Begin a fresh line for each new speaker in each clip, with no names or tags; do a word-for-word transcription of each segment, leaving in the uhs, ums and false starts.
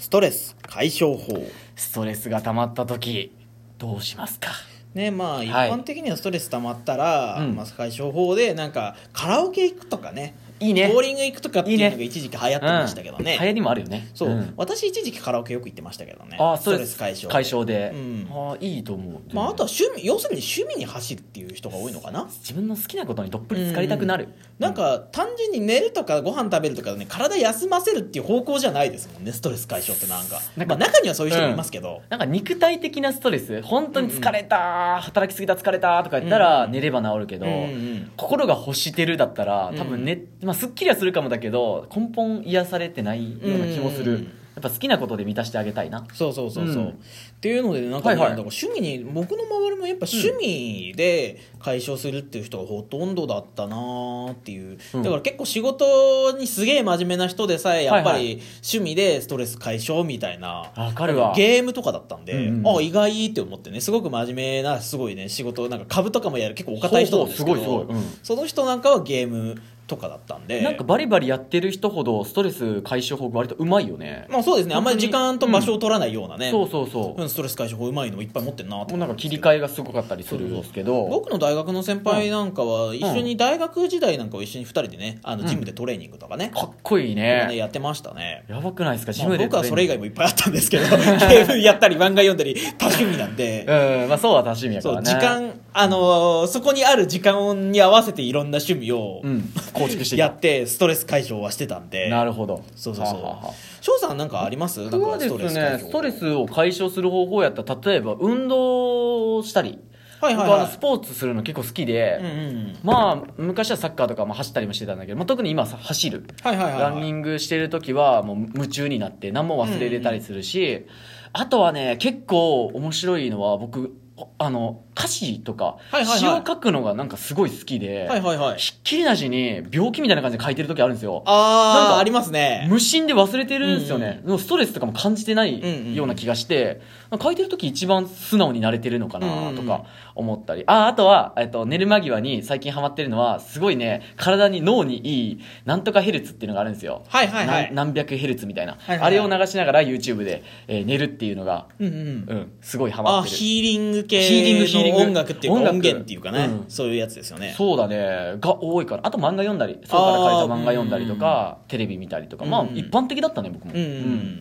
ストレス解消法。
ストレスが溜まった時どうしますか
ね、まあ一
はい
般的にはストレス溜まったら、
うん
まあ、解消法でなんかカラオケ行くとかね、
いいね
ボーリング行くとかっていうのが
いいね
一時期流行ってましたけどね。
うん、流行りもあるよね。
そう、
ん、
私一時期カラオケよく行ってましたけどね。
あ、
ストレス解消
解消で、
うん、
あいいと思う。
まあ、あとは趣味、要するに趣味に走るっていう人が多いのかな。
自分の好きなことにどっぷり浸かりたくなる、
うん、なんか単純に寝るとかご飯食べるとかね、体休ませるっていう方向じゃないですもんね、ストレス解消って。なんかなんか、まあ、中にはそういう人もいますけど、
うん、なんか肉体的なストレス、本当に疲れた、うんうん、働きすぎた疲れたとか言ったら寝れば治るけど、うんうん、心が欲してるだったら多分ね、まあ、すっきりはするかもだけど根本癒されてないような気もする、うんうん、やっぱ好きなことで満たしてあげたいな。
そうそうそうそう、うん、っていうのでなんか、ね、はいはい、だから趣味に、僕の周りもやっぱ趣味で解消するっていう人がほとんどだったなっていう、うん、だから結構仕事にすげえ真面目な人でさえやっぱり趣味でストレス解消みたいな、
わかるわ、
ゲームとかだったんで、
うんうん、
あ意外って思ってね、すごく真面目なすごいね仕事、なんか株とかもやる結構お堅い人なんですけど、
そうそうすごいすごい、うん、
その人なんかはゲームとかだったんで、
なんかバリバリやってる人ほどストレス解消法割とうまいよね。
まあそうですね、あんまり時間と場所を取らないようなね、
うん、そうそうそう、
ストレス解消法うまいのいっぱい持ってるなと。
なんか切り替えがすごかったりするんですけど、
僕の大学の先輩なんかは一緒に大学時代なんかを一緒にふたりでね、あのジムでトレーニングとかね、
うん、かっこいい ね,
ねやってましたね。
やばくないですか、ジムで、
まあ、僕はそれ以外もいっぱいあったんですけどゲームやったり漫画読んだり多趣味なんで
うん、まあそうは多趣味やからね。
そう時間、あのー、そこにある時間に合わせていろんな趣味を、
うん、構築して
やってストレス解消はしてたんで。
なるほど。
そうそうそう。翔さんなんかあります？
僕はですね、ストレスを解消する方法やったら、例えば運動したり、はいはいはい、僕はスポーツするの結構好きで、うんうん、まあ昔はサッカーとかも走ったりもしてたんだけど、まあ、特に今走る、はいはいはいはい、ランニングしてる時はもう夢中になって何も忘れれたりするし、うんうん、あとはね結構面白いのは僕あの歌詞とか詩を書くのがなんかすごい好きで、はいはいはい、ひっきりなしに病気みたいな感じで書いてる時あるんですよ。
あなんかありますね。
無心で忘れてるんですよね、うんうん、ストレスとかも感じてないような気がして、うんうん、書いてる時一番素直になれてるのかなとか思ったり、ああとは、えっと、寝る間際に最近ハマってるのはすごいね、体に脳にいいなんとかヘルツっていうのがあるんですよ、はいはいはい、何百ヘルツみたいな、はいはいはい、あれを流しながら YouTube で、えー、寝るっていうのが、うんうんうん、すごいハマってる。
あヒーリング系の音楽っていうか音源っていうかね、うん、そういうやつですよね。
そうだねが多いから。あと漫画読んだり、そうから借りた漫画読んだりとか、テレビ見たりとか、まあ一般的だったね僕も、うんうん、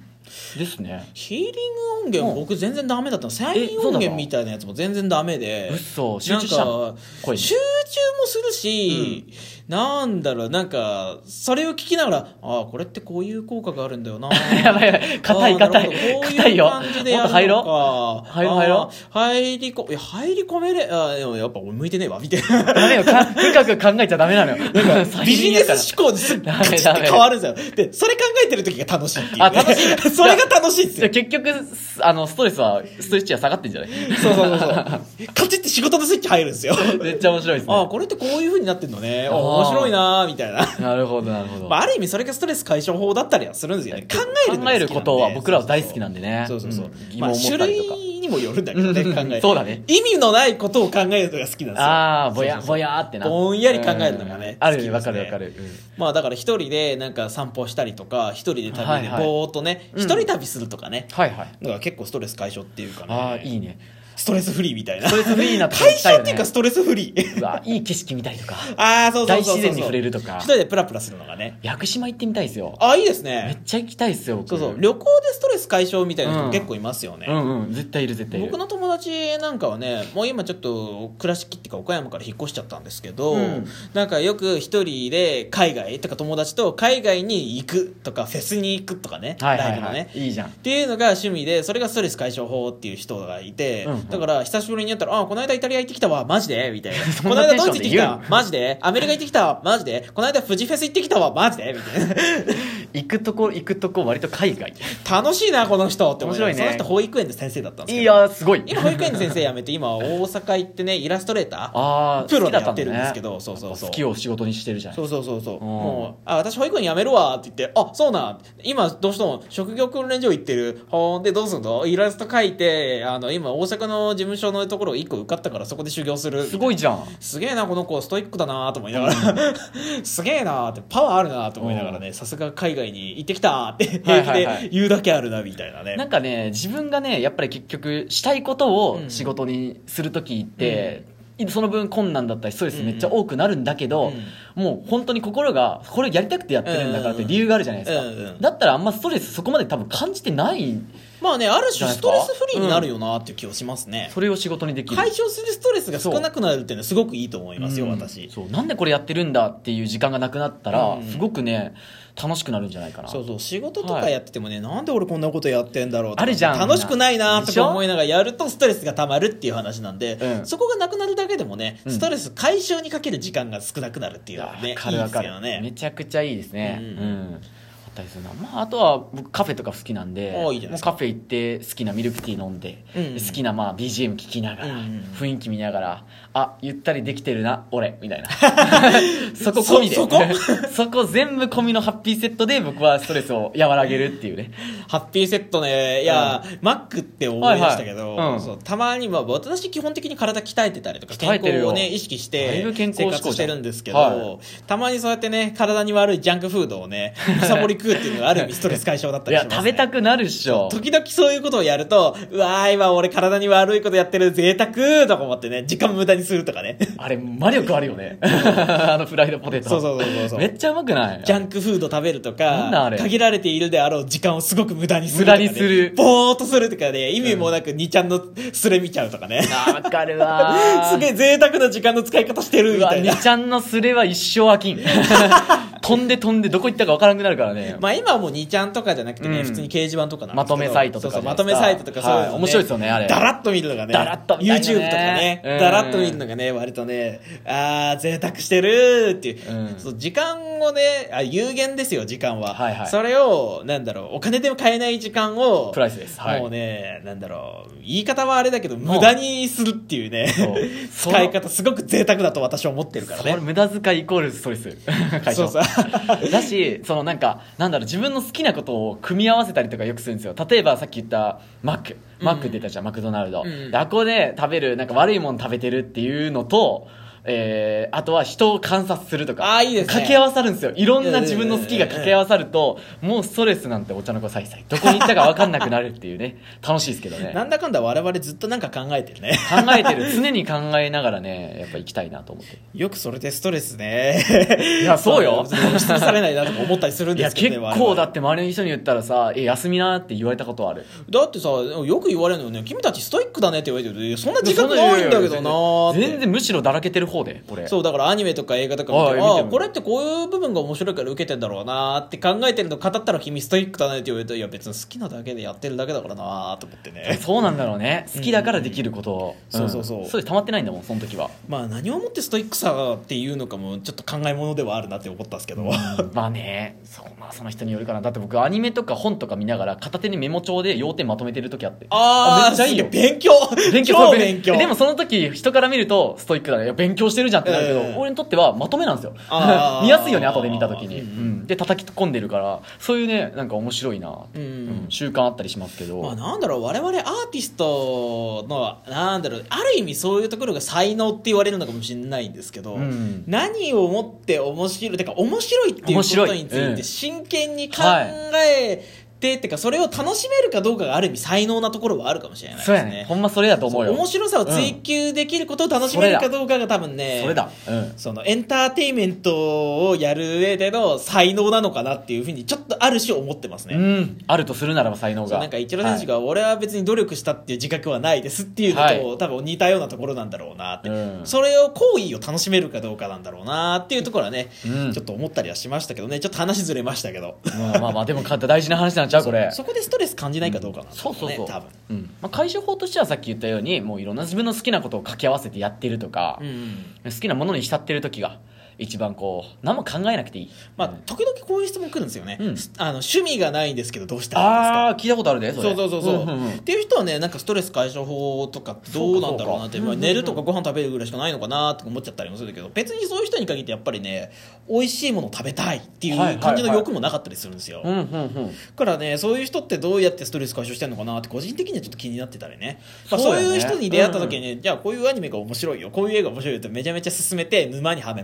ですね。
ヒーリング音源僕全然ダメだったの。催眠音源みたいなやつも全然ダメで、
うっそ集中したの。
集中もするし、うん、なんだろう、なんかそれを聞きながら、ああこれってこういう効果があるんだよな
やばいやばい、硬い硬い
こういう感じでやるのか、
入ろう入ろう入ろ
う入りこいや入り込めれあでもやっぱ俺向いてねえわみたいな。
ダメよ、深く考えちゃダメなのよ。
なんかビジネス思考ですっカチって変わるんですよ。でそれ考えてる時が楽しいっていう、ね、
あ楽しい
それが楽しいですよ。
結局あのストレスはストレッチは下がってんじゃない？
そうそうそうそうカチって仕事のスイッチ入るんですよ。
めっちゃ面白いですね。
あこれってこういう風になってんのね、面白いなみたいな。
なるほどなるほど、
まあ、ある意味それがストレス解消法だったりはするんですよね。考えるのが好きなんで、
考えることは僕らは大好きなんでね。
そうそうそう、うん、
疑問を持ったりとか、まあ、
種類にもよるんだけどね考える
そうだね、
意味のないことを考えるのが好きなんですよ。
ああぼやぼやってな、
ぼんやり考えるのがね、
うん、あるね、わかるわかる、うん、
まあだから一人でなんか散歩したりとか一人で旅でぼーっとね一、はいはい、人旅するとかね、うん、はいはい、だから結構ストレス解消っていうかね、
ああいいね、
ストレスフリーみたいな。
ストレスフリーな
解消っていうかストレスフリー。
うわいい景色見たりとか、
ああそうそうそうそう、
大自然に触れるとか、
一人でプラプラするのがね。
屋久島行ってみたいですよ。
あいいですね。
めっちゃ行きたいですよ。
そうそう、旅行でストレス解消みたいな人も結構いますよね。
うん、うんうん絶対いる絶対いる。
僕の友達なんかはね、もう今ちょっと倉敷っていうか岡山から引っ越しちゃったんですけど、うん、なんかよく一人で海外とか友達と海外に行くとかフェスに行くとかね、
はいはいはい、
ライブのね、
いいじゃん
っていうのが趣味で、それがストレス解消法っていう人がいて、うんうん、だから久しぶりにやったら、あこの間イタリア行ってきたわマジでみたいなこの間ドイツ行ってきたマジで、アメリカ行ってきたマジで、この間フジフェス行ってきたわマジでみたいな
行くとこ行くとこ割と海外
楽しいなこの人って思いながら、
面白いね。
その人保育園で先生だったんですけど、
いやすごい
今保育園で先生辞めて今大阪行ってねイラストレーター
あ
プロでやってるんですけど、そうそうそう、
好きを仕事にしてるじゃん。
そうそうそうそう、もうあ私保育園辞めるわって言って、あそうなん今どうしても職業訓練所行ってる、ほんでどうすんの、イラスト描いて、あの今大阪の事務所のところいっこ受かったからそこで修行する。
すごいじゃん。
すげえなこの子ストイックだなと思いながら、うん、すげえなってパワーあるなと思いながらね、さすが海外に行ってきたって平気で言うだけあるなみたいなね、
なんかね自分がねやっぱり結局したいことを仕事にするときって、うん、その分困難だったりストレスめっちゃ多くなるんだけど、うん、もう本当に心がこれやりたくてやってるんだからって理由があるじゃないですか、うんうんうん、だったらあんまストレスそこまで多分感じてない
まあね、ある種ストレスフリーになるよなっていう気がしますね、
うん、それを仕事にできる
解消するストレスが少なくなるっていうのはすごくいいと思いますよ、うん、私
そうなんでこれやってるんだっていう時間がなくなったら、うん、すごくね楽しくなるんじゃないかな。
そうそう仕事とかやっててもね、はい、なんで俺こんなことやってんだろうとか
あるじゃん、
楽しくないなとか思いながらやるとストレスがたまるっていう話なんで、うん、そこがなくなるだけでもねストレス解消にかける時間が少なくなるっていうのはね、
うん、いい
ですよね。
めちゃくちゃいいですね、うん、うんまあ、あとは僕カフェとか好きなんで、もうカフェ行って好きなミルクティー飲んで、うんうん、好きなまあ ビージーエム 聴きながら、うんうん、雰囲気見ながらあゆったりできてるな俺みたいなそこ込みで そ, そ, こそこ全部込みのハッピーセットで僕はストレスを和らげるっていうね
ハッピーセットねいや、うん、マックって思い出したけど、はいはいうん、そうたまに、まあ、私基本的に体鍛えてたりとか健康をね意識して生活してるんですけど、はい、たまにそうやってね体に悪いジャンクフードをねむさぼり食うっていうのがある意味ストレス解消だったりします、ね、
いや食べたくなるっしょ。
時々そういうことをやるとうわー今俺体に悪いことやってる贅沢とか思ってね時間無駄にするとかね
あれ魔力あるよねあのフライドポテト
そうそうそうそう
めっちゃうまくない
ジャンクフード食べるとか限られているであろう時間をすごく無駄にする
とか、ね、無駄にする
ぼーっとするとかね意味もなくにちゃんのスレ見ちゃうとかね、
うん、わかるわ
すげえ贅沢な時間の使い方してるみたいな
にちゃんのスレは一生飽きん飛んで飛んでどこ行ったか分からなくなるからね
まあ今はもうにちゃんとかじゃなくてね、うん、普通に掲示板とかなんですけど
まとめサイトとか
そうそうまとめサイトとかそういうの、ね
はい、面白いですよねあれ
ダラッと見るのがね
ダラッと見たいね
YouTube とかね、うん、ダラッと見るのがね割とねあー贅沢してるっていう、うん、そう時間をねあ有限ですよ時間は、はいはい、それをなんだろうお金でも買えない時間を
プライスです、はい、
もうねなんだろう言い方はあれだけど無駄にするっていうね使い方すごく贅沢だと私は思ってるからね
無駄遣いイコールストレス解消そうそうだしそのなんかなんだろう自分の好きなことを組み合わせたりとかよくするんですよ。例えばさっき言ったマックマックって言ったじゃん、うん、マクドナルド、うん、であこで食べるなんか悪いもの食べてるっていうのとえー、あとは人を観察するとか
あいいです、ね、
掛け合わさるんですよ。いろんな自分の好きが掛け合わさるともうストレスなんてお茶の子さいさいどこに行ったか分かんなくなるっていうね楽しいですけどね
なんだかんだ我々ずっとなんか考えてるね
考えてる常に考えながらねやっぱ行きたいなと思って
よくそれでストレスね
いやそうよ
押しつぶされないなとか思ったりするんですけどね
いや結構だって周りの人に言ったらさえ休みなって言われたことある。
だってさよく言われるのよね君たちストイックだねって言われてるそんな自覚ないんだけどな
全然全然むしろだらけてる方で俺
そうだからアニメとか映画とか見てああこれってこういう部分が面白いから受けてんだろうなって考えてるの語ったら君ストイックだねって言われるといや別に好きなだけでやってるだけだからなと思ってね
そうなんだろうね好きだからできることを、
うんうん、そうそうそう
それ溜まってないんだもんその時は。
まあ何をもってストイックさっていうのかもちょっと考え物ではあるなって思ったんですけど、うん、
まあねそう、まあ、その人によるかな。だって僕アニメとか本とか見ながら片手にメモ帳で要点まとめてる時あって
ああめっちゃいいよ勉強
勉強超勉強でもその時人から見るとストイックだねいや勉強してるじゃんってなるけど、えー、俺にとってはまとめなんですよ見やすいよね後で見た時に、うんうん、で叩き込んでるからそういうねなんか面白いな、うんうん、習慣あったりしますけど、
まあ、なんだろう我々アーティストのなんだろうある意味そういうところが才能って言われるのかもしれないんですけど、うん、何をもって面白いてか面白いっていうことについて真剣に考えてってかそれを楽しめるかどうかがある意味才能なところはあるかもしれないですね。
そうやねほんまそれだと思うよ。
面白さを追求できることを楽しめるかどうかが多分ね
それだ、うん、
そのエンターテインメントをやる上での才能なのかなっていうふうにちょっとある種思ってますね。
うんあるとするならば才能が
なんかイチロー選手が、はい、俺は別に努力したっていう自覚はないですっていうのと、はい、多分似たようなところなんだろうなって、うん、それを行為を楽しめるかどうかなんだろうなっていうところはね、うん、ちょっと思ったりはしましたけどね。ちょっと話ずれましたけど
まあまあまあでも大事な話になっちゃうこれ
そこでストレス感じないかどうかなんだろうね、うん、そうそうそう
多分、うんまあ、解消法としてはさっき言ったようにもういろんな自分の好きなことを掛け合わせてやってるとか、うんうん、好きなものに浸ってる時が一番こう何も考えなくていい、
まあ、時々こういう質問来るんですよね、うん、あの趣味がないんですけどどうしたらいいですか。
ああ聞いたことあるでそれ
そうそうそうそう、うんうんうん、っていう人はねなんかストレス解消法とかどうなんだろうなって、まあ、寝るとかご飯食べるぐらいしかないのかなって思っちゃったりもするけど別にそういう人に限ってやっぱりね美味しいものを食べたいっていう感じの欲もなかったりするんですよ、はいはいはい、だからねそういう人ってどうやってストレス解消してるのかなって個人的にはちょっと気になってたりね、まあ、そういう人に出会った時に、ねうんうん、じゃあこういうアニメが面白いよこういう映画面白いよってめちゃめちゃ勧めて沼にはめます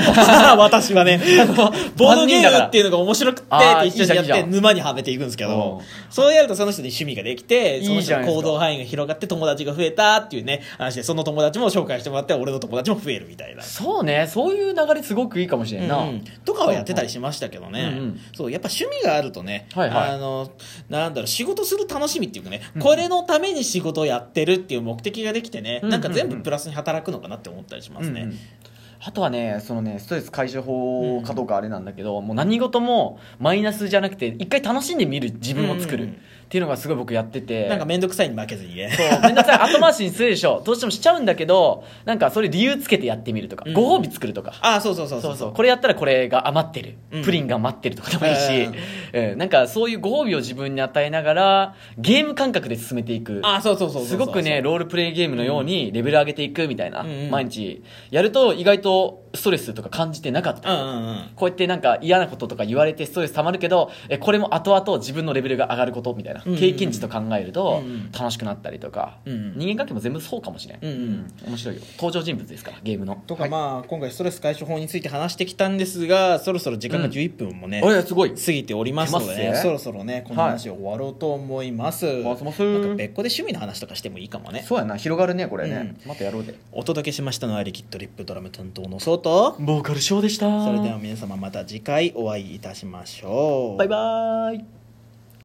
私はねボードゲームっていうのが面白くてって一緒にやって沼にはめていくんですけど、そうやるとその人に趣味ができて、その人の行動範囲が広がって友達が増えたっていうね話で、その友達も紹介してもらって俺の友達も増えるみたいな。
そうね、そういう流れすごくいいかもしれんな、
うん、とかはやってたりしましたけどね、うんうん、そうやっぱ趣味があるとね、はいはい、あのなんだろう、仕事する楽しみっていうかね、うん、これのために仕事をやってるっていう目的ができてね、うんうんうん、なんか全部プラスに働くのかなって思ったりしますね、うんうん。
あとはね、そのね、ストレス解消法かどうかあれなんだけど、うん、もう何事もマイナスじゃなくて一回楽しんでみる自分を作る、うんうん、っていうのがすごい僕やってて、
なんか面倒くさいに負けずにね、
そう面倒くさい後回しにするでしょどうしてもしちゃうんだけど、なんかそれ理由つけてやってみるとか、うん、ご褒美作るとか、
あそうそうそう
そうそうこれやったらこれが余ってる、うん、プリンが余ってるとかでもいいし、うん、なんかそういうご褒美を自分に与えながらゲーム感覚で進めていく、
あそうそうそうそう
すごくねロールプレイゲームのようにレベル上げていくみたいな、うん、毎日やると意外とストレスとか感じてなかった、うんうんうん、こうやってなんか嫌なこととか言われてストレス溜まるけど、えこれも後々自分のレベルが上がることみたいな、うんうん、経験値と考えると楽しくなったりとか、うんうん、人間関係も全部そうかもしれん、うんうん、面白いよ。登場人物ですからゲームの
とか、はい、まあ今回ストレス解消法について話してきたんですが、そろそろ時間がじゅういっぷんもね、
うん、すごい
過ぎておりますので、ね、そろそろねこの話を終わろうと思います、はい、なんか別個で趣味の話とかしてもいいかもね。
そうやな、広がるねこれね、うん、またやろうで。
お届けしましたのはリキッドリップドラム担当のソウと
ボーカルショーでした。
それでは皆様また次回お会いいたしましょう。
バイバーイ。